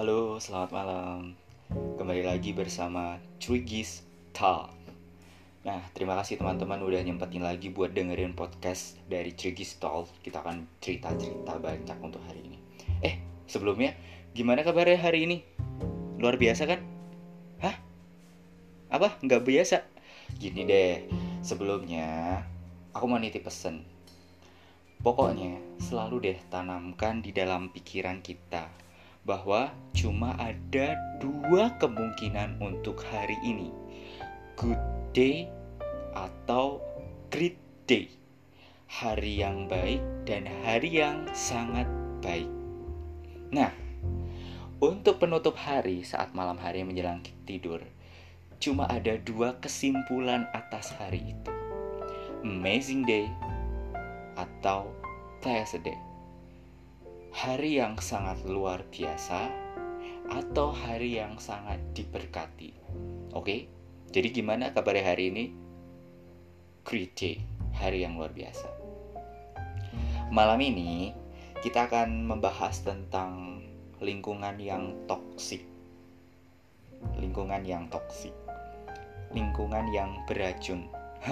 Halo, selamat malam. Kembali lagi bersama Trigis Talk. Nah, terima kasih teman-teman udah nyempetin lagi buat dengerin podcast dari Trigis Talk. Kita akan cerita-cerita banyak untuk hari ini. Sebelumnya, gimana kabarnya hari ini? Luar biasa kan? Hah? Apa? Nggak biasa? Gini deh, sebelumnya aku mau nitip pesen. Pokoknya, selalu deh tanamkan di dalam pikiran kita bahwa cuma ada dua kemungkinan untuk hari ini, good day atau great day, hari yang baik dan hari yang sangat baik. Nah, untuk penutup hari saat malam hari menjelang tidur, cuma ada dua kesimpulan atas hari itu, amazing day atau blessed day, hari yang sangat luar biasa atau hari yang sangat diberkati. Oke? Jadi gimana kabarnya hari ini? Great day, hari yang luar biasa. Malam ini kita akan membahas tentang lingkungan yang toksik. Lingkungan yang toksik. Lingkungan yang beracun.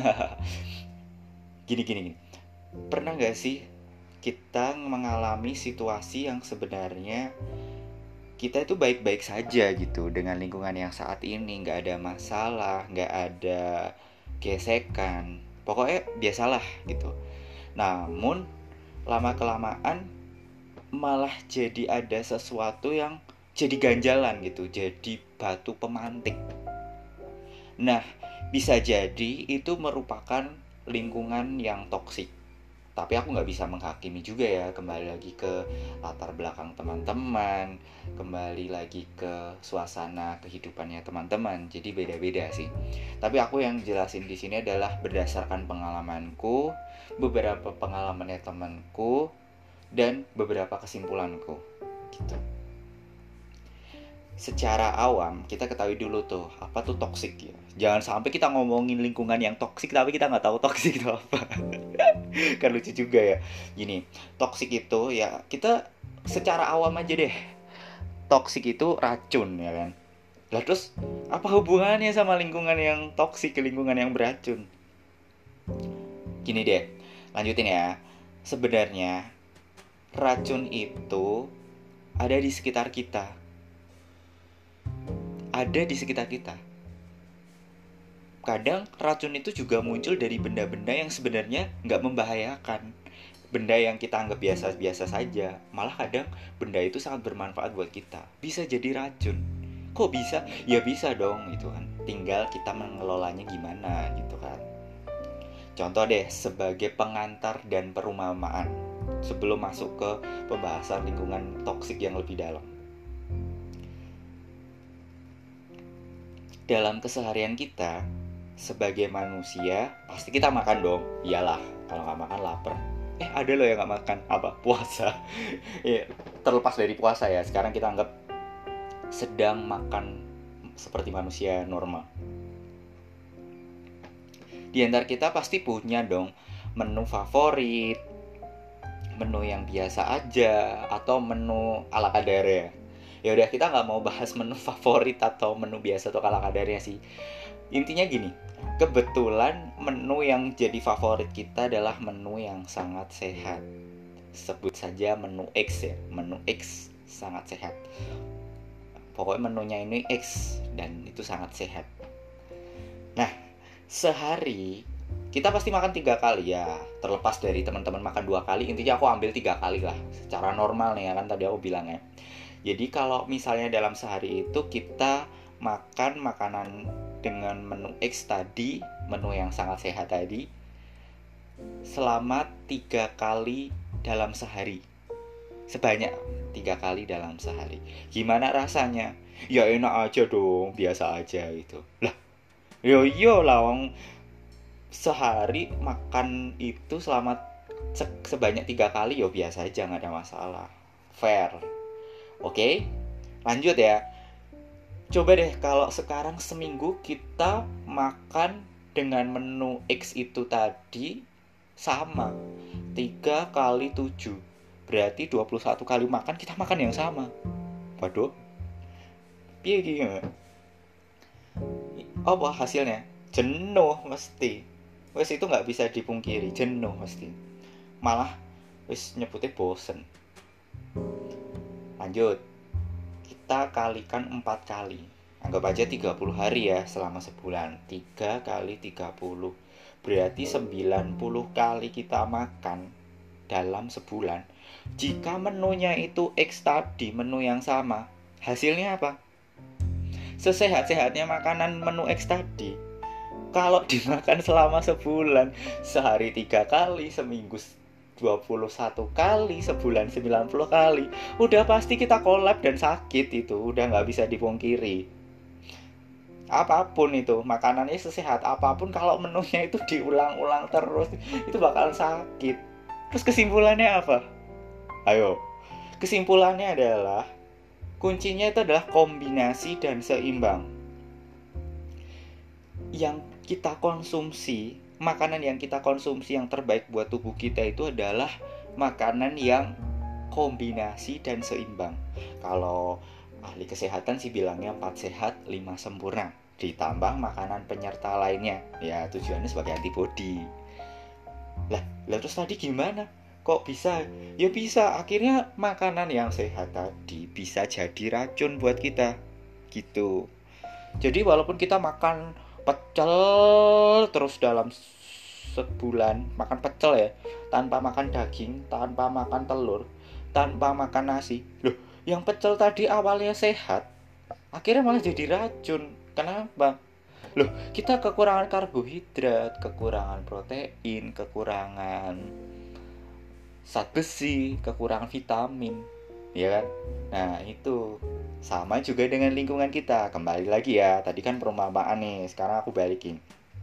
Gini. Pernah gak sih kita mengalami situasi yang sebenarnya kita itu baik-baik saja gitu dengan lingkungan yang saat ini, gak ada masalah, gak ada gesekan, pokoknya biasalah gitu. Namun lama-kelamaan malah jadi ada sesuatu yang jadi ganjalan gitu, jadi batu pemantik. Nah, bisa jadi itu merupakan lingkungan yang toksik. Tapi aku nggak bisa menghakimi juga ya, kembali lagi ke latar belakang teman-teman, kembali lagi ke suasana kehidupannya teman-teman. Jadi beda-beda sih. Tapi aku yang jelasin di sini adalah berdasarkan pengalamanku, beberapa pengalamannya temanku, dan beberapa kesimpulanku. Gitu. Secara awam kita ketahui dulu tuh apa tuh toksik ya. Jangan sampai kita ngomongin lingkungan yang toksik tapi kita nggak tahu toksik itu apa. Kan lucu juga ya. Gini, toksik itu ya kita secara awam aja deh. Toksik itu racun ya kan. Lah terus apa hubungannya sama lingkungan yang toksik ke lingkungan yang beracun? Gini deh, lanjutin ya. Sebenarnya racun itu ada di sekitar kita. Ada di sekitar kita. Kadang racun itu juga muncul dari benda-benda yang sebenarnya nggak membahayakan, benda yang kita anggap biasa-biasa saja. Malah kadang benda itu sangat bermanfaat buat kita. Bisa jadi racun. Kok bisa? Ya bisa dong gitu kan. Tinggal kita mengelolanya gimana gitu kan. Contoh deh sebagai pengantar dan perumpamaan sebelum masuk ke pembahasan lingkungan toksik yang lebih dalam. Dalam keseharian kita sebagai manusia pasti kita makan dong. Iyalah, kalau nggak makan lapar. Ada loh yang nggak makan, apa? Puasa. Ya, terlepas dari puasa ya, sekarang kita anggap sedang makan seperti manusia normal. Di antara kita pasti punya dong menu favorit, menu yang biasa aja, atau menu ala kadarnya. Ya udah, kita nggak mau bahas menu favorit atau menu biasa atau ala kadarnya sih. Intinya gini, kebetulan menu yang jadi favorit kita adalah menu yang sangat sehat. Sebut saja menu X ya, menu X sangat sehat. Pokoknya menunya ini X dan itu sangat sehat. Nah, sehari kita pasti makan 3 kali ya. Terlepas dari teman-teman makan 2 kali, intinya aku ambil 3 kali lah. Secara normal nih ya kan tadi aku bilang ya. Jadi kalau misalnya dalam sehari itu kita makan makanan dengan menu X tadi, menu yang sangat sehat tadi, selama 3 kali dalam sehari. Sebanyak 3 kali dalam sehari. Gimana rasanya? Ya enak aja dong, biasa aja gitu. Lah, iyalah wong sehari makan itu selama sebanyak 3 kali ya biasa aja, gak ada masalah. Fair. Oke, lanjut ya. Coba deh kalau sekarang seminggu kita makan dengan menu X itu tadi sama 3 kali 7, berarti 21 kali makan kita makan yang sama. Waduh, Piye iki? Apa hasilnya? Jenuh mesti. Wes itu nggak bisa dipungkiri, jenuh mesti. Malah wis nyebutnya bosen. Lanjut. Kita kalikan 4 kali. Anggap aja 30 hari ya selama sebulan. 3 kali 30. Berarti 90 kali kita makan dalam sebulan. Jika menunya itu X tadi, menu yang sama, hasilnya apa? Sesehat-sehatnya makanan menu X tadi, kalau dimakan selama sebulan, sehari 3 kali, seminggu 21 kali, sebulan 90 kali, udah pasti kita kolab dan sakit itu, udah nggak bisa dipungkiri. Apapun itu, makanannya sesehat apapun, kalau menunya itu diulang-ulang terus, itu bakalan sakit. Terus kesimpulannya apa? Ayo, kesimpulannya adalah kuncinya itu adalah kombinasi dan seimbang. Yang kita konsumsi, makanan yang kita konsumsi yang terbaik buat tubuh kita itu adalah makanan yang kombinasi dan seimbang. Kalau ahli kesehatan sih bilangnya 4 sehat, 5 sempurna. Ditambah makanan penyerta lainnya. Ya tujuannya sebagai antibodi. Lah terus tadi gimana? Kok bisa? Ya bisa, akhirnya makanan yang sehat tadi bisa jadi racun buat kita. Gitu. Jadi walaupun kita makan pecel terus dalam sebulan, makan pecel ya, tanpa makan daging, tanpa makan telur, tanpa makan nasi. Loh, yang pecel tadi awalnya sehat, akhirnya malah jadi racun. Kenapa? Loh, kita kekurangan karbohidrat, kekurangan protein, kekurangan zat besi, kekurangan vitamin, ya kan? Nah, itu sama juga dengan lingkungan kita. Kembali lagi ya, tadi kan perumpamaan nih, sekarang aku balikin.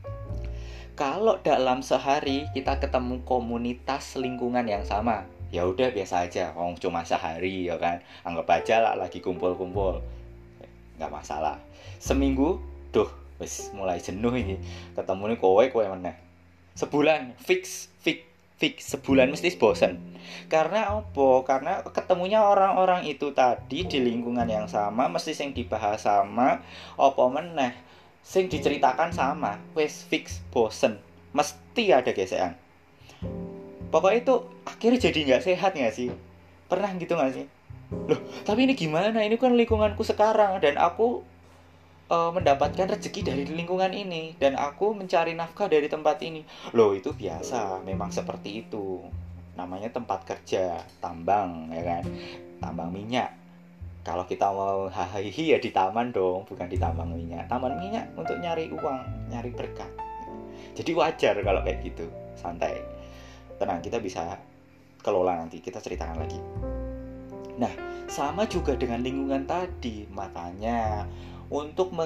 Kalau dalam sehari kita ketemu komunitas lingkungan yang sama, ya udah biasa aja, cuma sehari ya kan. Anggap aja lah lagi kumpul-kumpul, nggak masalah. Seminggu, duh, wis mulai jenuh ini. Ketemu nih kowe meneh. Sebulan fix sebulan mesti bosan. Karena apa? Karena ketemunya orang-orang itu tadi di lingkungan yang sama, mesti sing dibahas sama, apa meneh sing diceritakan sama, wes fix bosen, mesti ada gesekan. Pokoknya itu akhirnya jadi nggak sehat nggak sih? Pernah gitu nggak sih? Loh, tapi ini gimana? Ini kan lingkunganku sekarang dan aku mendapatkan rezeki dari lingkungan ini dan aku mencari nafkah dari tempat ini. Loh, itu biasa, memang seperti itu. Namanya tempat kerja, tambang ya kan, tambang minyak. Kalau kita mau hahihi ya di taman dong, bukan di tambang minyak. Taman minyak untuk nyari uang, nyari berkat. Jadi wajar kalau kayak gitu, santai. Tenang, kita bisa kelola nanti, kita ceritakan lagi. Nah, sama juga dengan lingkungan tadi, makanya untuk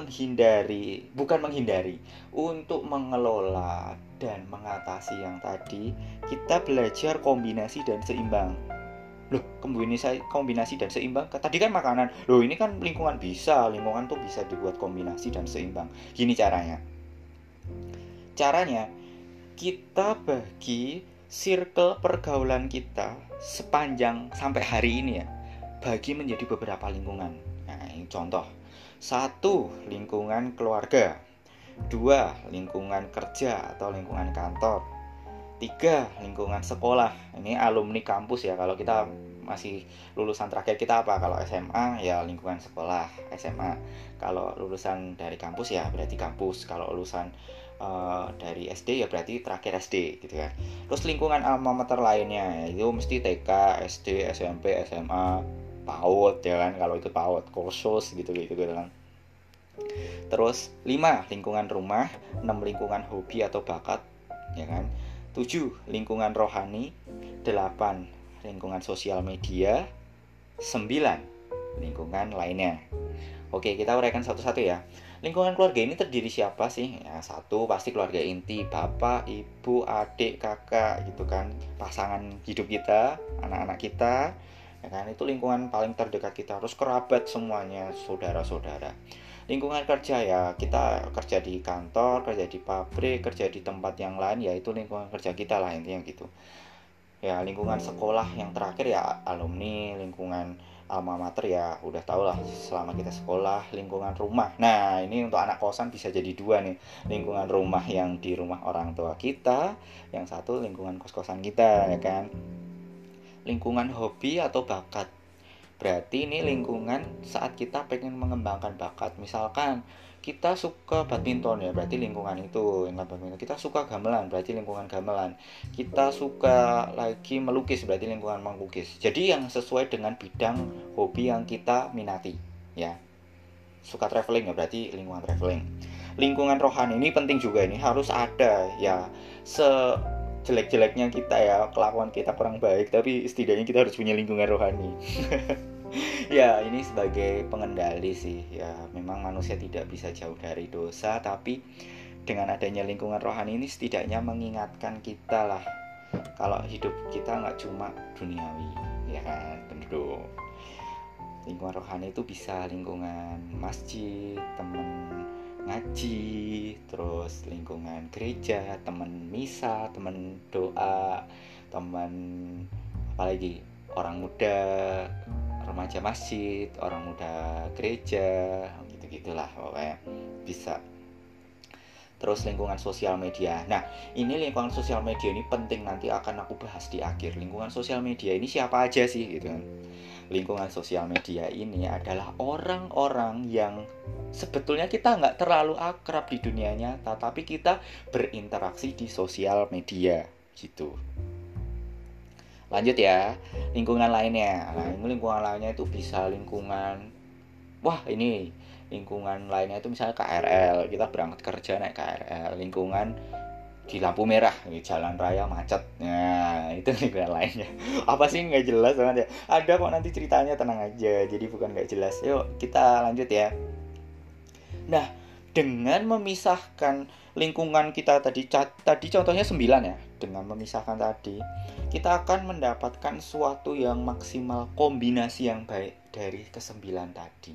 untuk mengelola dan mengatasi yang tadi, kita belajar kombinasi dan seimbang. Loh, kombinasi dan seimbang, tadi kan makanan. Loh, ini kan lingkungan tuh bisa dibuat kombinasi dan seimbang. Gini caranya kita bagi circle pergaulan kita sepanjang sampai hari ini ya, bagi menjadi beberapa lingkungan. Nah, ini contoh. 1. Lingkungan keluarga. 2. Lingkungan kerja atau lingkungan kantor. 3. Lingkungan sekolah. Ini alumni kampus ya. Kalau kita masih lulusan terakhir kita apa? Kalau SMA ya lingkungan sekolah, SMA. Kalau lulusan dari kampus ya berarti kampus. Kalau lulusan dari SD ya berarti terakhir SD gitu kan. Terus lingkungan alma mater lainnya itu mesti TK, SD, SMP, SMA, PAUD ya kan. Kalau itu PAUD, kursus gitu kan. Terus 5. Lingkungan rumah. 6. Lingkungan hobi atau bakat ya kan. 7. Lingkungan rohani. 8. Lingkungan sosial media. 9. Lingkungan lainnya. Oke, kita uraikan satu-satu ya. Lingkungan keluarga ini terdiri siapa sih? Ya, 1 pasti keluarga inti, bapak, ibu, adik, kakak gitu kan. Pasangan hidup kita, anak-anak kita ya kan, itu lingkungan paling terdekat kita. Terus kerabat semuanya, saudara-saudara. Lingkungan kerja ya, kita kerja di kantor, kerja di pabrik, kerja di tempat yang lain, ya itu lingkungan kerja kita lah intinya gitu. Ya, lingkungan sekolah yang terakhir ya alumni, lingkungan alma mater ya udah tau lah, selama kita sekolah, lingkungan rumah. Nah ini untuk anak kosan bisa jadi dua nih, lingkungan rumah yang di rumah orang tua kita, yang satu lingkungan kos-kosan kita ya kan. Lingkungan hobi atau bakat, berarti ini lingkungan saat kita pengen mengembangkan bakat. Misalkan kita suka badminton ya, berarti lingkungan itu lingkungan badminton. Kita suka gamelan, berarti lingkungan gamelan. Kita suka lagi melukis, berarti lingkungan melukis. Jadi yang sesuai dengan bidang hobi yang kita minati ya. Suka traveling ya, berarti lingkungan traveling. Lingkungan rohani ini penting juga, ini harus ada ya. Jelek-jeleknya kita ya, kelakuan kita kurang baik, tapi setidaknya kita harus punya lingkungan rohani. Ya ini sebagai pengendali sih ya, memang manusia tidak bisa jauh dari dosa, tapi dengan adanya lingkungan rohani ini setidaknya mengingatkan kita lah kalau hidup kita nggak cuma duniawi ya kan, bener dong. Lingkungan rohani itu bisa lingkungan masjid, temen ngaji, terus lingkungan gereja, temen misa, temen doa, temen apalagi orang muda, remaja masjid, orang muda gereja, gitu-gitulah pokoknya bisa. Terus lingkungan sosial media. Nah, ini lingkungan sosial media ini penting, nanti akan aku bahas di akhir. Lingkungan sosial media ini siapa aja sih gitu kan. Lingkungan sosial media ini adalah orang-orang yang sebetulnya kita nggak terlalu akrab di dunia nyata, tapi kita berinteraksi di sosial media gitu. Lanjut ya, lingkungan lainnya. Nah, ini lingkungan lainnya itu bisa lingkungan, wah ini lingkungan lainnya itu misalnya KRL, kita berangkat kerja naik KRL, lingkungan di lampu merah, jalan raya macet. Nah, itu lingkungan lainnya. Apa sih nggak jelas banget ya? Ada kok nanti ceritanya, tenang aja. Jadi bukan nggak jelas. Yuk kita lanjut ya. Nah, dengan memisahkan lingkungan kita tadi contohnya 9 ya. Dengan memisahkan tadi, kita akan mendapatkan suatu yang maksimal, kombinasi yang baik dari ke-9 tadi.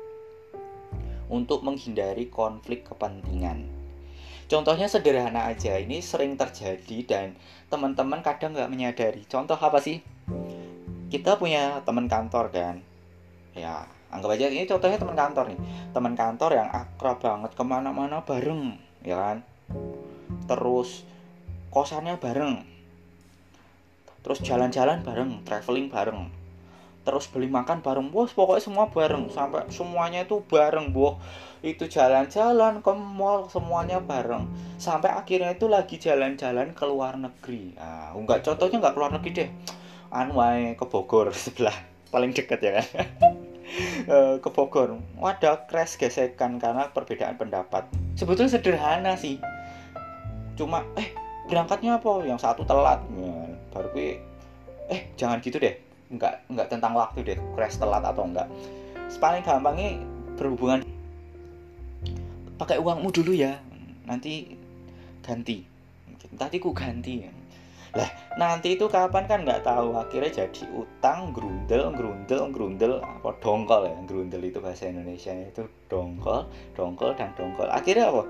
Untuk menghindari konflik kepentingan. Contohnya sederhana aja, ini sering terjadi dan teman-teman kadang nggak menyadari. Contoh apa sih? Kita punya teman kantor kan, ya anggap aja ini contohnya teman kantor nih. Teman kantor yang akrab banget, kemana-mana bareng, ya kan. Terus kosannya bareng, terus jalan-jalan bareng, traveling bareng, terus beli makan bareng, bos pokoknya semua bareng, sampai semuanya itu bareng, boh. Itu jalan-jalan ke mall semuanya bareng, sampai akhirnya itu lagi jalan-jalan ke luar negeri. Nah, enggak, contohnya enggak ke luar negeri deh, ke Bogor sebelah paling dekat ya kan. Ke Bogor, ada crash gesekan karena perbedaan pendapat. Sebetulnya sederhana sih, cuma berangkatnya apa, yang satu telat ya, baru gue jangan gitu deh, enggak tentang waktu deh, crash telat atau enggak. Paling gampangnya berhubungan, pakai uangmu dulu ya, nanti ganti, nanti ku ganti. Lah nanti itu kapan kan nggak tahu, akhirnya jadi utang, grundel apa dongkol ya, grundel itu bahasa Indonesia itu dongkol dan dongkol. Akhirnya apa,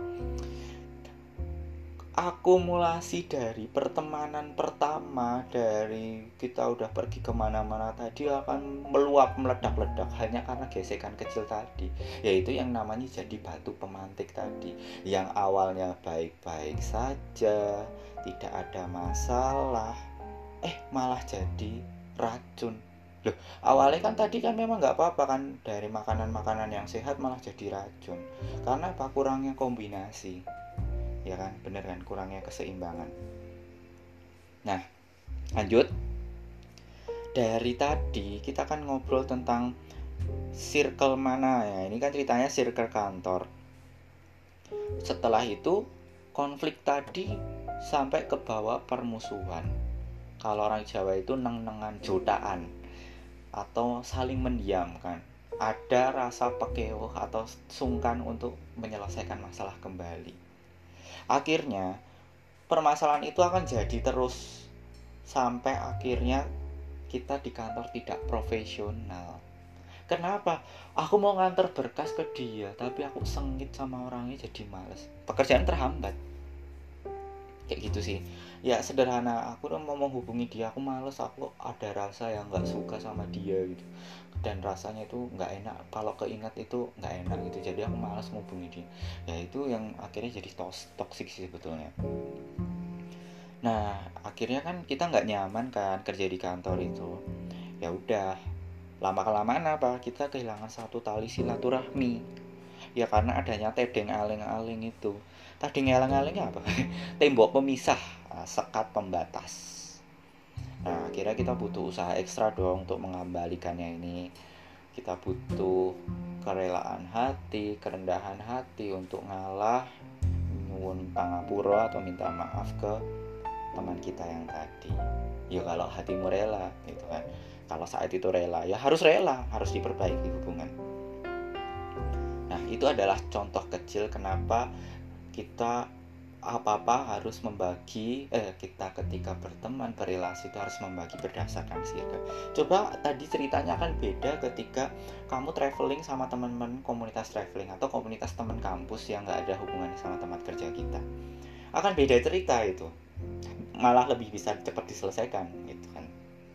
akumulasi dari pertemanan pertama, dari kita udah pergi kemana-mana tadi akan meluap, meledak-ledak hanya karena gesekan kecil tadi, yaitu yang namanya jadi batu pemantik tadi. Yang awalnya baik-baik saja, tidak ada masalah, malah jadi racun. Loh, awalnya kan tadi kan memang nggak apa-apa kan, dari makanan-makanan yang sehat malah jadi racun. Karena apa? Kurangnya kombinasi. Ya kan, bener kan, kurangnya keseimbangan. Nah, lanjut. Dari tadi kita kan ngobrol tentang circle mana ya. Ini kan ceritanya circle kantor. Setelah itu konflik tadi sampai ke bawah permusuhan. Kalau orang Jawa itu neng-nengan, jotaan, atau saling mendiamkan. Ada rasa pekewuh atau sungkan untuk menyelesaikan masalah kembali. Akhirnya permasalahan itu akan jadi terus sampai akhirnya kita di kantor tidak profesional. Kenapa? Aku mau nganter berkas ke dia, tapi aku sengit sama orangnya jadi males. Pekerjaan terhambat. Kayak gitu sih. Ya sederhana, aku udah mau menghubungi dia, aku males, aku ada rasa yang nggak suka sama dia gitu, dan rasanya itu nggak enak, kalau keingat itu nggak enak gitu, jadi aku males menghubungi dia. Ya itu yang akhirnya jadi toxic sih sebetulnya. Nah akhirnya kan kita nggak nyaman kan kerja di kantor itu. Ya udah, lama kelamaan apa, kita kehilangan satu tali silaturahmi. Ya karena adanya tedeng aling-aling itu. Tedeng aling-alingnya apa? Tembok pemisah, sekat pembatas. Nah akhirnya kita butuh usaha ekstra dong untuk mengembalikannya ini. Kita butuh kerelaan hati, kerendahan hati untuk ngalah, nyuwun pangapura atau minta maaf ke teman kita yang tadi. Ya kalau hatimu rela gitu kan, kalau saat itu rela, ya harus rela, harus diperbaiki hubungan. Nah itu adalah contoh kecil kenapa kita apa-apa harus membagi, kita ketika berteman berrelasi itu harus membagi berdasarkan circle. Coba tadi ceritanya akan beda ketika kamu traveling sama teman-teman komunitas traveling atau komunitas teman kampus yang nggak ada hubungannya sama tempat kerja kita, akan beda cerita itu, malah lebih bisa cepat diselesaikan gitu kan.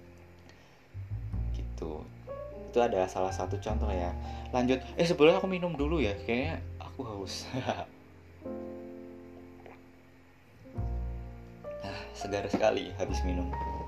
Gitu, itu adalah salah satu contoh ya. Lanjut, sebelumnya aku minum dulu ya, kayaknya aku haus. Segar sekali habis minum.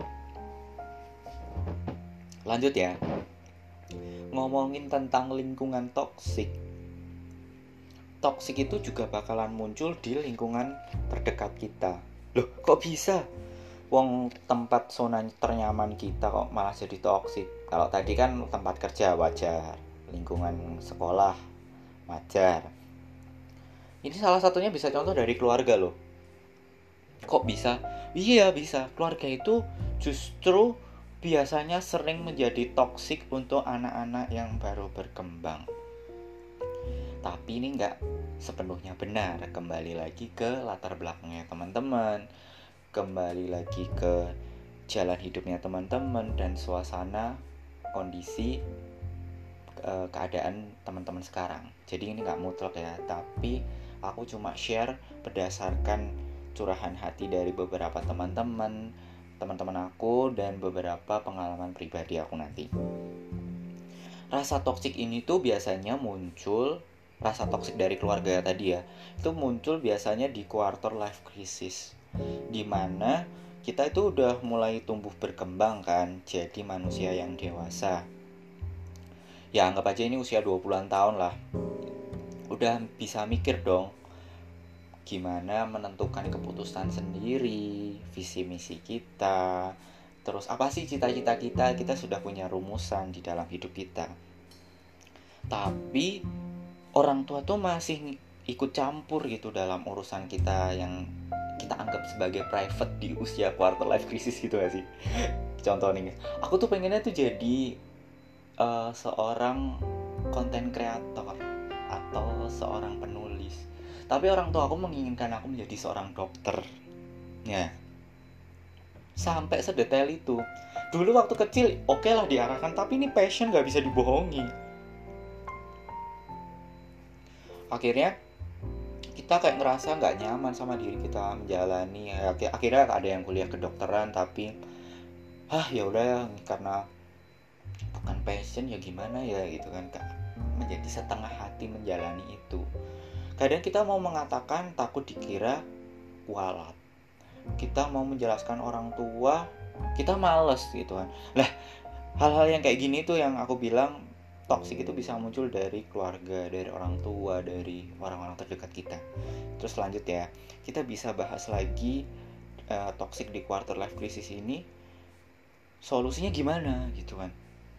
Lanjut ya, ngomongin tentang lingkungan toksik. Toksik itu juga bakalan muncul di lingkungan terdekat kita. Loh kok bisa? Wong tempat zona ternyaman kita kok malah jadi toksik. Kalau tadi kan tempat kerja wajar, lingkungan sekolah wajar. Ini salah satunya bisa contoh dari keluarga loh. Kok bisa? Iya bisa. Keluarga itu justru biasanya sering menjadi toksik untuk anak-anak yang baru berkembang. Tapi ini nggak sepenuhnya benar. Kembali lagi ke latar belakangnya teman-teman, kembali lagi ke jalan hidupnya teman-teman dan suasana kondisi keadaan teman-teman sekarang. Jadi ini nggak mutlak ya, tapi aku cuma share berdasarkan curahan hati dari beberapa teman-teman aku dan beberapa pengalaman pribadi aku nanti. Rasa toksik ini tuh biasanya muncul, rasa toksik dari keluarga tadi ya, itu muncul biasanya di quarter life crisis, dimana kita itu udah mulai tumbuh berkembang kan, jadi manusia yang dewasa. Ya anggap aja ini usia 20-an tahun lah, udah bisa mikir dong gimana menentukan keputusan sendiri, visi misi kita, terus apa sih cita-cita kita sudah punya rumusan di dalam hidup kita. Tapi orang tua tuh masih ikut campur gitu dalam urusan kita yang kita anggap sebagai private di usia quarter life crisis gitu gak sih. Contoh nih, aku tuh pengennya tuh jadi seorang content creator atau seorang penulis, tapi orang tua aku menginginkan aku menjadi seorang dokter. Ya, sampai sedetail itu. Dulu waktu kecil oke lah diarahkan, tapi ini passion gak bisa dibohongi. Akhirnya kita kayak ngerasa gak nyaman sama diri kita menjalani. Akhirnya ada yang kuliah kedokteran, tapi ya udah karena bukan passion ya gimana ya gitu kan, menjadi setengah hati menjalani itu. Kadang kita mau mengatakan takut dikira kualat, kita mau menjelaskan orang tua kita males gitu kan. Lah hal-hal yang kayak gini tuh yang aku bilang toksik itu bisa muncul dari keluarga, dari orang tua, dari orang-orang terdekat kita. Terus lanjut ya, kita bisa bahas lagi toksik di quarter life crisis ini solusinya gimana gitu kan.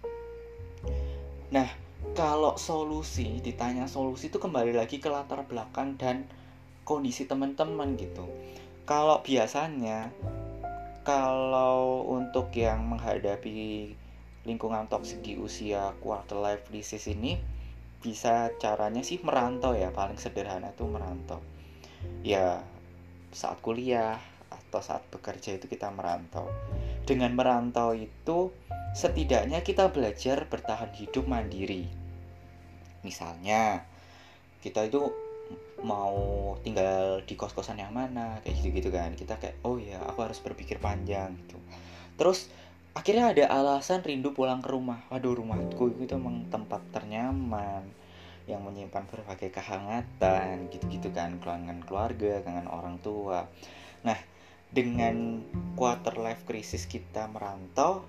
Nah kalau ditanya solusi itu kembali lagi ke latar belakang dan kondisi teman-teman gitu. Kalau biasanya, kalau untuk yang menghadapi lingkungan toksik di usia quarter life crisis ini, bisa caranya sih merantau ya, paling sederhana tuh merantau. Ya saat kuliah atau saat bekerja itu kita merantau. Dengan merantau itu setidaknya kita belajar bertahan hidup mandiri. Misalnya kita itu mau tinggal di kos-kosan yang mana, kayak gitu-gitu kan. Kita kayak, oh ya aku harus berpikir panjang gitu. Terus akhirnya ada alasan rindu pulang ke rumah. Waduh, rumahku itu emang tempat ternyaman yang menyimpan berbagai kehangatan gitu-gitu kan, kangen keluarga, kangen orang tua. Nah, dengan quarter life crisis kita merantau,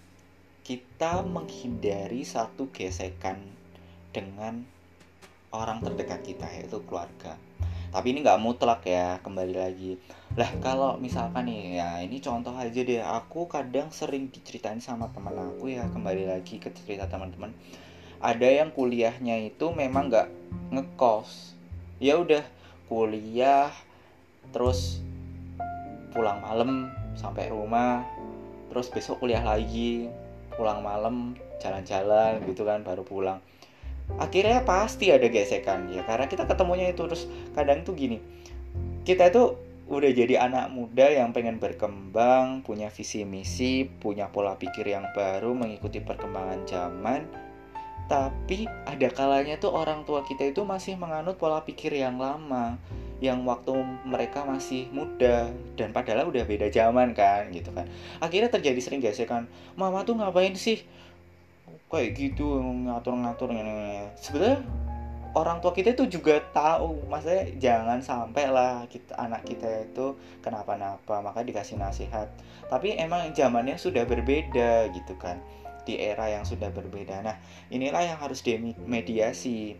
kita menghindari satu gesekan dengan orang terdekat kita, yaitu keluarga. Tapi ini nggak mutlak ya, kembali lagi. Lah kalau misalkan nih, ya ini contoh aja deh. Aku kadang sering diceritain sama teman aku ya, kembali lagi ke cerita teman-teman. Ada yang kuliahnya itu memang nggak ngekos. Ya udah kuliah, terus pulang malam sampai rumah, terus besok kuliah lagi, pulang malam, jalan-jalan gitu kan, baru pulang. Akhirnya pasti ada gesekan ya, karena kita ketemunya itu. Terus kadang tuh gini, kita itu udah jadi anak muda yang pengen berkembang, punya visi misi, punya pola pikir yang baru, mengikuti perkembangan zaman. Tapi ada kalanya tuh orang tua kita itu masih menganut pola pikir yang lama, yang waktu mereka masih muda, dan padahal udah beda zaman kan gitu kan. Akhirnya terjadi sering gesekan, mama tuh ngapain sih kayak gitu ngatur-ngatur ini. Sebenarnya orang tua kita itu juga tahu, maksudnya jangan sampai lah kita, anak kita itu kenapa-napa, maka dikasih nasihat. Tapi emang zamannya sudah berbeda gitu kan, di era yang sudah berbeda. Nah inilah yang harus dimediasi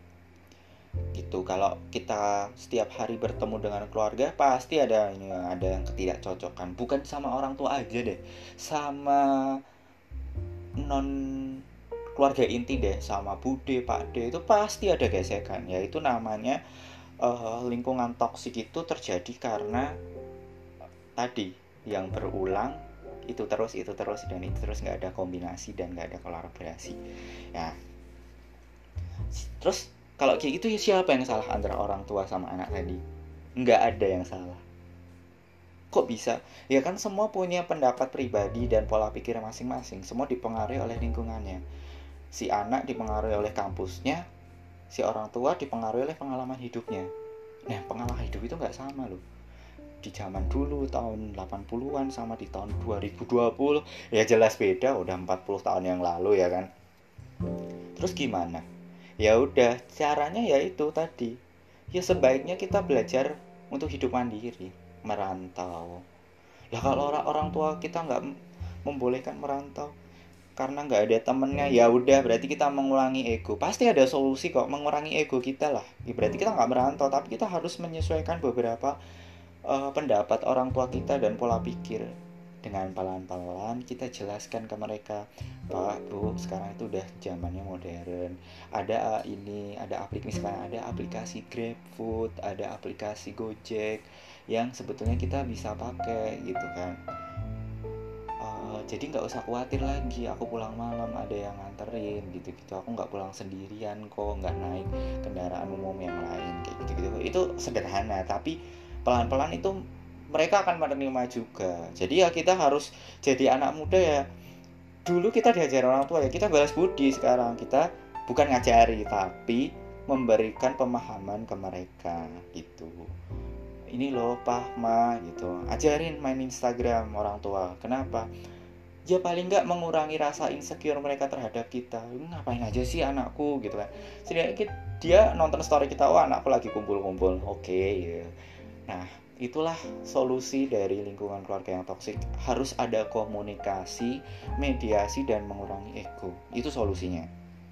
gitu. Kalau kita setiap hari bertemu dengan keluarga, pasti ada ini, ada yang ketidakcocokan. Bukan sama orang tua aja deh, sama non keluarga inti deh, sama bude, pakde, itu pasti ada gesekan. Yaitu namanya lingkungan toksik itu terjadi karena tadi yang berulang, itu terus dan itu terus, nggak ada kombinasi dan nggak ada kolaborasi ya. Terus kalau kayak gitu ya, siapa yang salah antara orang tua sama anak tadi? Nggak ada yang salah. Kok bisa? Ya kan semua punya pendapat pribadi dan pola pikir masing-masing. Semua dipengaruhi oleh lingkungannya. Si anak dipengaruhi oleh kampusnya, si orang tua dipengaruhi oleh pengalaman hidupnya. Nah, pengalaman hidup itu nggak sama loh. Di zaman dulu tahun 80-an sama di tahun 2020 ya jelas beda, udah 40 tahun yang lalu ya kan. Terus gimana? Ya udah, caranya ya itu tadi. Ya sebaiknya kita belajar untuk hidup mandiri, merantau. Lah kalau orang tua kita nggak membolehkan merantau karena nggak ada temennya, ya udah berarti kita mengurangi ego. Pasti ada solusi kok mengurangi ego kita lah. Ya berarti kita nggak merantau, tapi kita harus menyesuaikan beberapa pendapat orang tua kita dan pola pikir. Dengan pelan-pelan kita jelaskan ke mereka, Pak, Bu, sekarang itu udah zamannya modern. Ada ini, ada aplikasi, sekarang ada aplikasi GrabFood, ada aplikasi Gojek yang sebetulnya kita bisa pakai gitu kan. Jadi nggak usah khawatir lagi aku pulang malam ada yang nganterin gitu-gitu, aku nggak pulang sendirian kok, nggak naik kendaraan umum yang lain kayak gitu-gitu. Itu sederhana, tapi pelan-pelan itu mereka akan menerima juga. Jadi ya kita harus jadi anak muda ya. Dulu kita diajar orang tua ya, kita balas budi. Sekarang kita bukan ngajari tapi memberikan pemahaman ke mereka gitu. Ini loh Pak, Ma gitu. Ajarin main Instagram orang tua. Kenapa? Ya paling nggak mengurangi rasa insecure mereka terhadap kita. Ngapain aja sih anakku gitu kan. Sedangkan dia nonton story kita, oh anakku lagi kumpul-kumpul. Oke ya. Nah, itulah solusi dari lingkungan keluarga yang toksik. Harus ada komunikasi, mediasi, dan mengurangi ego. Itu solusinya.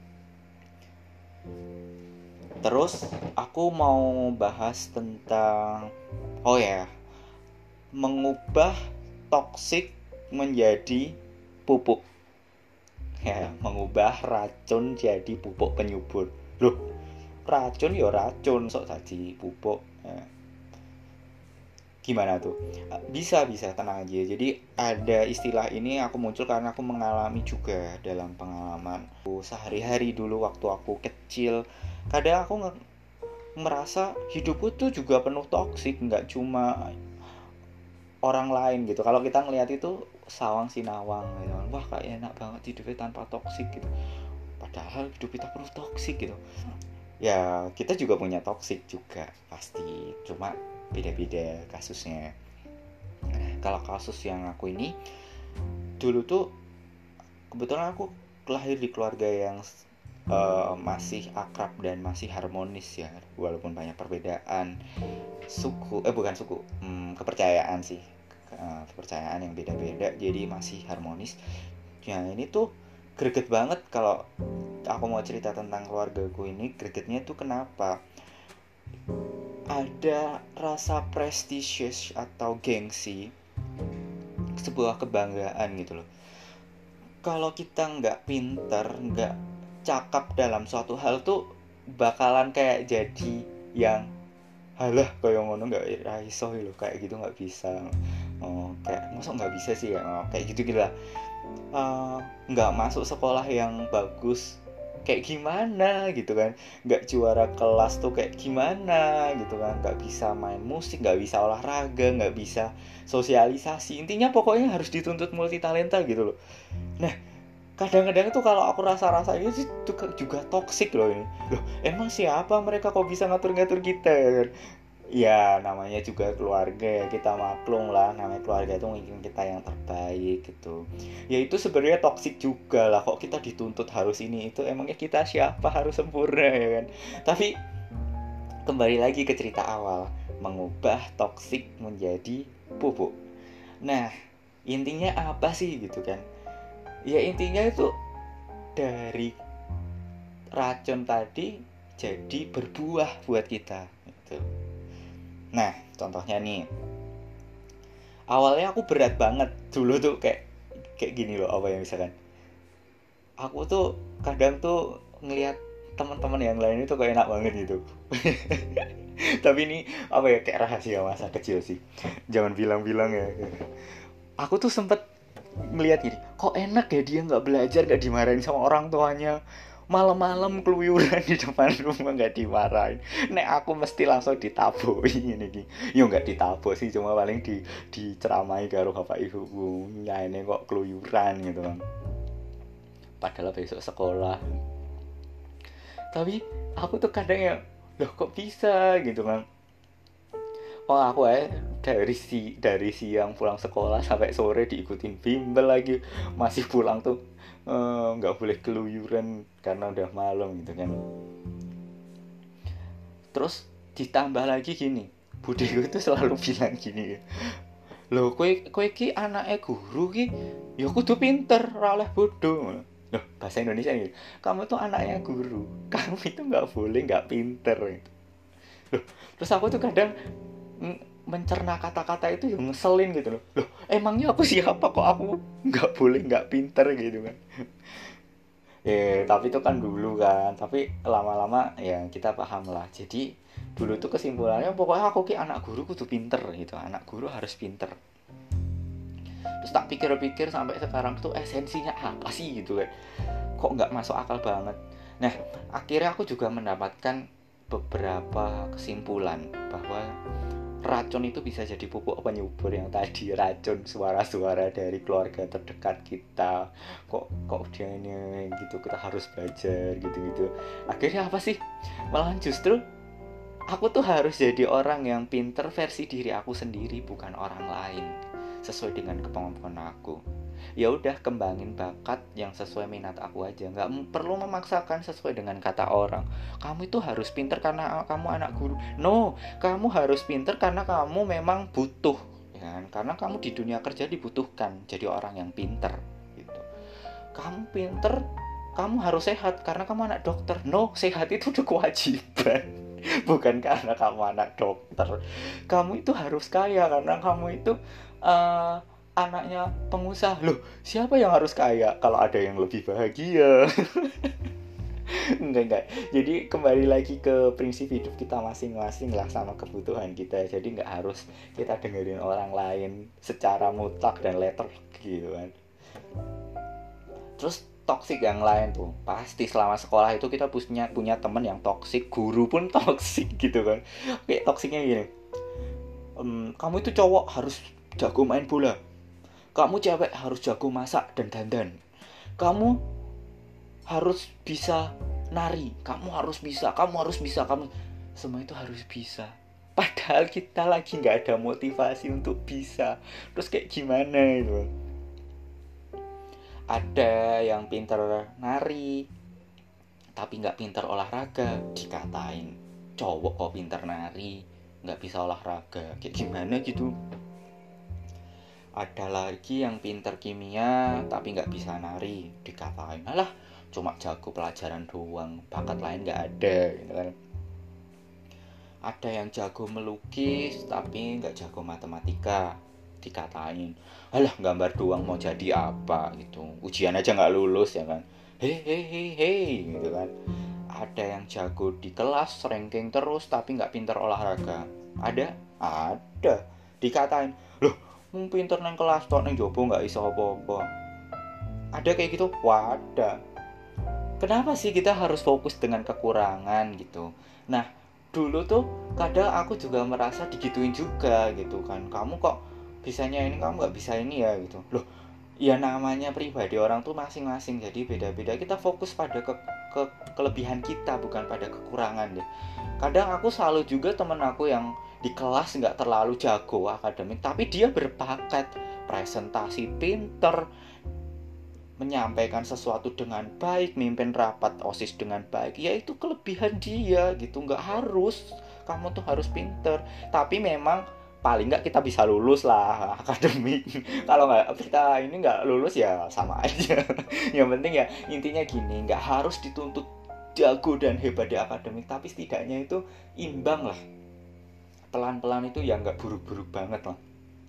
Terus aku mau bahas tentang, oh ya, mengubah toksik menjadi pupuk. Ya, mengubah racun jadi pupuk penyubur. Loh, racun ya racun, sok jadi pupuk. Ya. Gimana tuh? Bisa tenang aja. Jadi ada istilah ini aku muncul karena aku mengalami juga dalam pengalaman sehari-hari dulu waktu aku kecil. Kadang aku merasa hidupku tuh juga penuh toksik, nggak cuma orang lain gitu. Kalau kita ngelihat itu sawang sinawang gitu, wah kayak enak banget hidupnya tanpa toksik gitu. Padahal hidup kita penuh toksik gitu. Ya kita juga punya toxic juga pasti, cuma beda-beda kasusnya. Nah, kalau kasus yang aku ini, dulu tuh kebetulan aku lahir di keluarga yang masih akrab dan masih harmonis ya, walaupun banyak perbedaan suku, bukan suku, kepercayaan sih. Kepercayaan yang beda-beda jadi masih harmonis. Ya ini tuh greget banget kalau aku mau cerita tentang keluargaku ini. Gregetnya tuh kenapa? Ada rasa prestisius atau gengsi, sebuah kebanggaan gitu loh. Kalau kita nggak pinter, nggak cakap dalam suatu hal tuh bakalan kayak jadi yang halah kayak ngono nggak iso loh, kayak gitu nggak bisa. Oh, kayak masa nggak bisa sih ya, kayak gitu gitu lah. Nggak masuk sekolah yang bagus kayak gimana gitu kan, nggak juara kelas tuh kayak gimana gitu kan, nggak bisa main musik, nggak bisa olahraga, nggak bisa sosialisasi, intinya pokoknya harus dituntut multi talenta gitu loh. Nah, kadang-kadang tuh kalau aku rasa-rasa ini sih juga toksik loh ini. Loh, emang siapa mereka kok bisa ngatur-ngatur kita kan? Ya namanya juga keluarga ya, kita maklum lah, namanya keluarga itu nginginkan kita yang terbaik gitu. Ya itu sebenarnya toksik juga lah, kok kita dituntut harus ini itu, emangnya kita siapa harus sempurna ya kan. Tapi kembali lagi ke cerita awal, mengubah toksik menjadi pupuk. Nah, intinya apa sih gitu kan? Ya intinya itu dari racun tadi jadi berbuah buat kita gitu. Nah, contohnya nih, awalnya aku berat banget dulu tuh, kayak kayak gini loh, apa yang misalkan aku tuh kadang tuh ngelihat teman-teman yang lain itu kayak enak banget gitu. Tapi ini apa ya, kayak rahasia masa kecil sih, jangan bilang-bilang ya. Aku tuh sempet ngelihat gini, kok enak ya dia nggak belajar, nggak dimarahin sama orang tuanya, malam-malam keluyuran di depan rumah nggak dimarahin. Nek aku mesti langsung ditaboi ini gini. Yo nggak ditabok sih, cuma paling diceramai karo bapak ibu, ya ini kok keluyuran gitu kan, padahal besok sekolah. Tapi aku tuh kadang ya, loh kok bisa gitu kan. Oh aku dari siang pulang sekolah sampai sore diikutin bimbel lagi, masih pulang tuh nggak boleh keluyuran karena udah malam gitu kan. Terus ditambah lagi gini, budeku tuh selalu bilang gini, loh kowe ki anaknya guru ki, ya kudu pinter, ora oleh bodoh. Loh bahasa Indonesia nih, kamu tuh anaknya guru, kamu itu nggak boleh nggak pinter gitu. Loh, terus aku tuh kadang mencerna kata-kata itu yang ngeselin gitu loh. Loh, emangnya aku siapa kok aku nggak boleh nggak pinter gitu kan? Tapi itu kan dulu kan. Tapi lama-lama ya kita paham lah. Jadi dulu tuh kesimpulannya pokoknya aku ki anak guru kudu pinter gitu. Anak guru harus pinter. Terus tak pikir-pikir sampai sekarang tuh esensinya apa sih gitu kan? Kok nggak masuk akal banget. Nah, akhirnya aku juga mendapatkan beberapa kesimpulan bahwa racun itu bisa jadi pupuk penyubur yang tadi, racun suara-suara dari keluarga terdekat kita, kok dia ini gitu, kita harus belajar gitu-gitu. Akhirnya apa sih, malah justru aku tuh harus jadi orang yang pinter versi diri aku sendiri, bukan orang lain, sesuai dengan kemampuan aku. Ya udah, kembangin bakat yang sesuai minat aku aja, nggak perlu memaksakan sesuai dengan kata orang. Kamu itu harus pinter karena kamu anak guru. No, kamu harus pinter karena kamu memang butuh, ya kan? Karena kamu di dunia kerja dibutuhkan jadi orang yang pinter gitu. Kamu pinter, kamu harus sehat karena kamu anak dokter. No, sehat itu udah kewajiban. Bukan karena kamu anak dokter. Kamu itu harus kaya karena kamu itu uh, anaknya pengusaha. Loh, siapa yang harus kaya kalau ada yang lebih bahagia? Enggak. Jadi kembali lagi ke prinsip hidup kita masing-masing lah, sama kebutuhan kita. Jadi nggak harus kita dengerin orang lain secara mutlak dan letter gitu kan. Terus toksik yang lain tuh pasti selama sekolah itu kita punya teman yang toksik, guru pun toksik gitu kan. Kayak toksiknya gini, kamu itu cowok harus jago main bola, kamu cewek harus jago masak dan dandan, kamu harus bisa nari, kamu harus bisa, kamu semua itu harus bisa. Padahal kita lagi nggak ada motivasi untuk bisa. Terus kayak gimana itu? Ada yang pinter nari tapi nggak pinter olahraga, dikatain cowok kok pinter nari nggak bisa olahraga, kayak gimana gitu. Ada lagi yang pinter kimia tapi nggak bisa nari, dikatain alah cuma jago pelajaran doang, bakat lain nggak ada gitu kan. Ada yang jago melukis tapi nggak jago matematika, dikatain alah gambar doang mau jadi apa gitu, ujian aja nggak lulus ya kan. Hehehe gitu kan. Ada yang jago di kelas ranking terus tapi nggak pinter olahraga, ada dikatain loh pinter neng kelas tok neng jopo nggak iso apa-apa. Ada kayak gitu, wadah. Kenapa sih kita harus fokus dengan kekurangan gitu? Nah, dulu tuh kadang aku juga merasa digituin juga gitu kan. Kamu kok bisanya ini, kamu nggak bisa ini ya gitu. Loh, ya namanya pribadi orang tuh masing-masing, jadi beda-beda. Kita fokus pada kelebihan kita, bukan pada kekurangan ya. Kadang aku selalu juga temen aku yang di kelas nggak terlalu jago akademik, tapi dia berbakat, presentasi pinter, menyampaikan sesuatu dengan baik, mimpin rapat OSIS dengan baik. Ya itu kelebihan dia gitu, nggak harus kamu tuh harus pinter, tapi memang paling nggak kita bisa lulus lah akademik. Kalau nggak kita ini nggak lulus ya sama aja. Yang penting ya intinya gini, nggak harus dituntut jago dan hebat di akademik, tapi setidaknya itu imbang lah, pelan-pelan itu ya nggak buru-buru banget lah.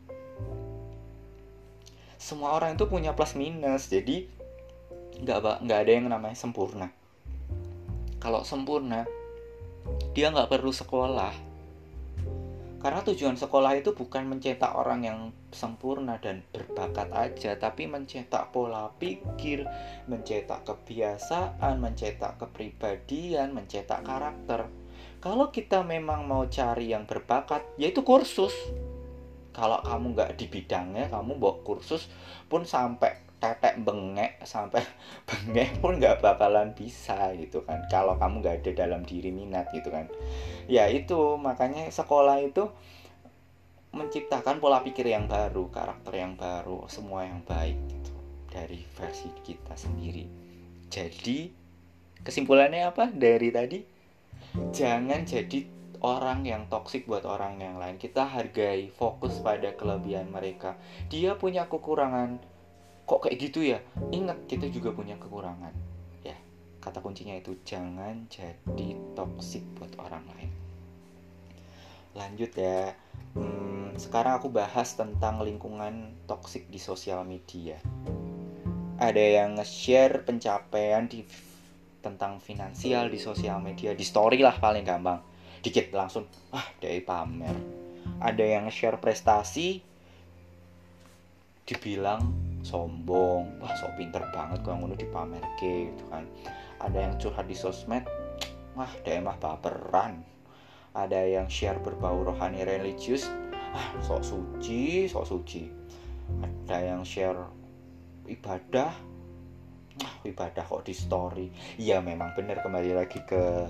Semua orang itu punya plus minus, jadi nggak ada yang namanya sempurna. Kalau sempurna, dia nggak perlu sekolah. Karena tujuan sekolah itu bukan mencetak orang yang sempurna dan berbakat aja, tapi mencetak pola pikir, mencetak kebiasaan, mencetak kepribadian, mencetak karakter. Kalau kita memang mau cari yang berbakat, yaitu kursus. Kalau kamu nggak di bidangnya, kamu bawa kursus pun sampai tetek bengek, sampai bengek pun nggak bakalan bisa gitu kan, kalau kamu nggak ada dalam diri minat gitu kan. Ya itu makanya sekolah itu menciptakan pola pikir yang baru, karakter yang baru, semua yang baik gitu, dari versi kita sendiri. Jadi kesimpulannya apa dari tadi? Jangan jadi orang yang toksik buat orang yang lain. Kita hargai, fokus pada kelebihan mereka. Dia punya kekurangan, kok kayak gitu ya? Ingat, kita juga punya kekurangan. Ya, kata kuncinya itu jangan jadi toksik buat orang lain. Lanjut ya. Sekarang aku bahas tentang lingkungan toksik di sosial media. Ada yang nge-share pencapaian tentang finansial di sosial media, di story lah paling gampang, dikit langsung dari pamer. Ada yang share prestasi dibilang sombong, wah sok pinter banget kok ngono dipamerke gitu kan. Ada yang curhat di sosmed, dia mah baperan. Ada yang share berbau rohani religius, sok suci. Ada yang share ibadah kok di story. Iya memang benar, kembali lagi ke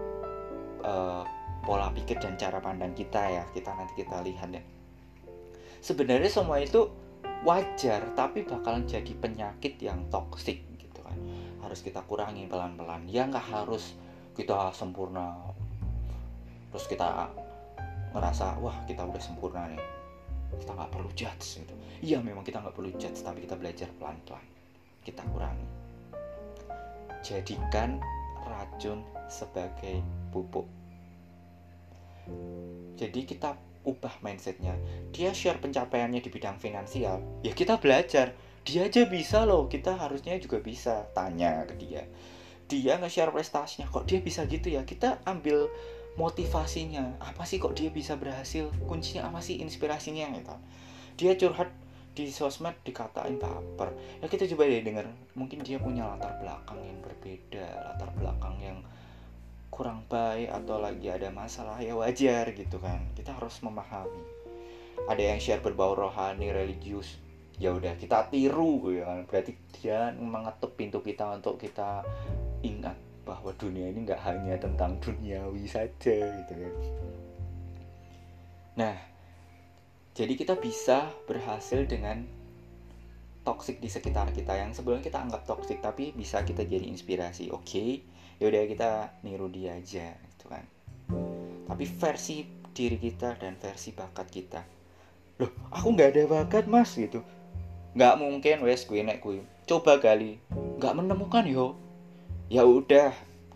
pola pikir dan cara pandang kita ya. Nanti kita lihat ya. Sebenarnya semua itu wajar, tapi bakalan jadi penyakit yang toksik gitu kan. Harus kita kurangi pelan-pelan. Ya nggak harus kita sempurna terus kita ngerasa wah kita udah sempurna nih, kita nggak perlu judge gitu. Iya memang kita nggak perlu judge, tapi kita belajar pelan-pelan, kita kurangi. Jadikan racun sebagai pupuk. Jadi kita ubah mindsetnya. Dia share pencapaiannya di bidang finansial, ya kita belajar. Dia aja bisa loh, kita harusnya juga bisa. Tanya ke dia. Dia nge-share prestasinya, kok dia bisa gitu ya? Kita ambil motivasinya. Apa sih kok dia bisa berhasil? Kuncinya apa sih, inspirasinya gitu. Dia curhat di sosmed dikatain baper, ya kita coba deh denger, mungkin dia punya latar belakang yang berbeda, latar belakang yang kurang baik atau lagi ada masalah, ya wajar gitu kan, kita harus memahami. Ada yang share berbau rohani religius, ya udah kita tiru ya kan, berarti dia mengetuk pintu kita untuk kita ingat, bahwa dunia ini nggak hanya tentang duniawi saja gitu kan. Nah, jadi kita bisa berhasil dengan toksik di sekitar kita yang sebelumnya kita anggap toksik, tapi bisa kita jadi inspirasi. Oke, yaudah kita niru dia aja gitu kan. Tapi versi diri kita dan versi bakat kita. Loh, aku nggak ada bakat mas gitu. Nggak mungkin wes gue nek gue coba kali nggak menemukan yo. Ya udah,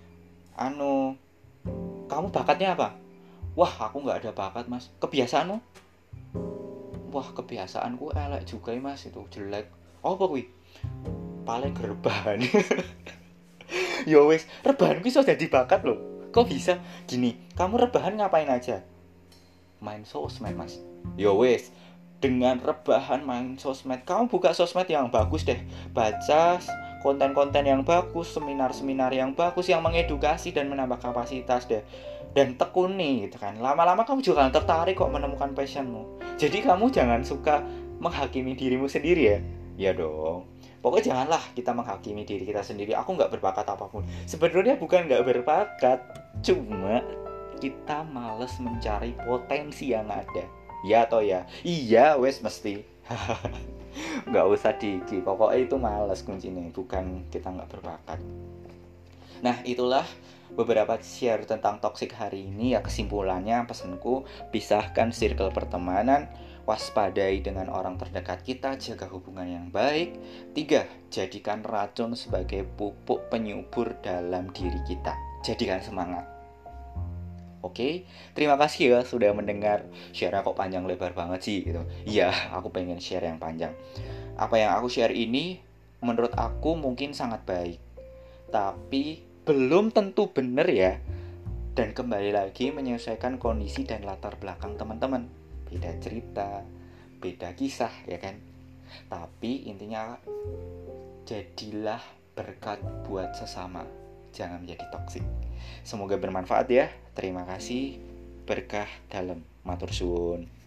kamu bakatnya apa? Wah, aku nggak ada bakat mas. Kebiasaanmu? Wah, kebiasaanku elek juga ya mas, itu jelek. Oh apa kuwi? Paling gerbahan. Ya wes, rebahan kuwi iso dadi bakat loh. Kok bisa? Gini, kamu rebahan ngapain aja? Main sosmed mas. Ya wes, dengan rebahan main sosmed, kamu buka sosmed yang bagus deh, baca konten-konten yang bagus, seminar-seminar yang bagus yang mengedukasi dan menambah kapasitas deh, dan tekuni gitu kan. Lama-lama kamu juga akan tertarik kok menemukan passionmu. Jadi kamu jangan suka menghakimi dirimu sendiri ya. Ya dong, pokoknya janganlah kita menghakimi diri kita sendiri. Aku nggak berbakat apapun. Sebenarnya bukan nggak berbakat, cuma kita males mencari potensi yang ada. Ya atau ya? Iya wes mesti. Nggak usah diki, pokoknya itu males kuncinya, bukan kita nggak berbakat. Nah, itulah beberapa share tentang toxic hari ini ya. Kesimpulannya, pesanku, pisahkan circle pertemanan, waspadai dengan orang terdekat kita, jaga hubungan yang baik. 3, jadikan racun sebagai pupuk penyubur dalam diri kita. Jadikan semangat. Oke, terima kasih ya sudah mendengar. Share kok panjang lebar banget sih gitu. Iya, aku pengen share yang panjang. Apa yang aku share ini menurut aku mungkin sangat baik, tapi belum tentu benar ya. Dan kembali lagi menyesuaikan kondisi dan latar belakang teman-teman. Beda cerita, beda kisah ya kan. Tapi intinya jadilah berkat buat sesama. Jangan menjadi toksik. Semoga bermanfaat ya. Terima kasih. Berkah dalam. Matur suwun.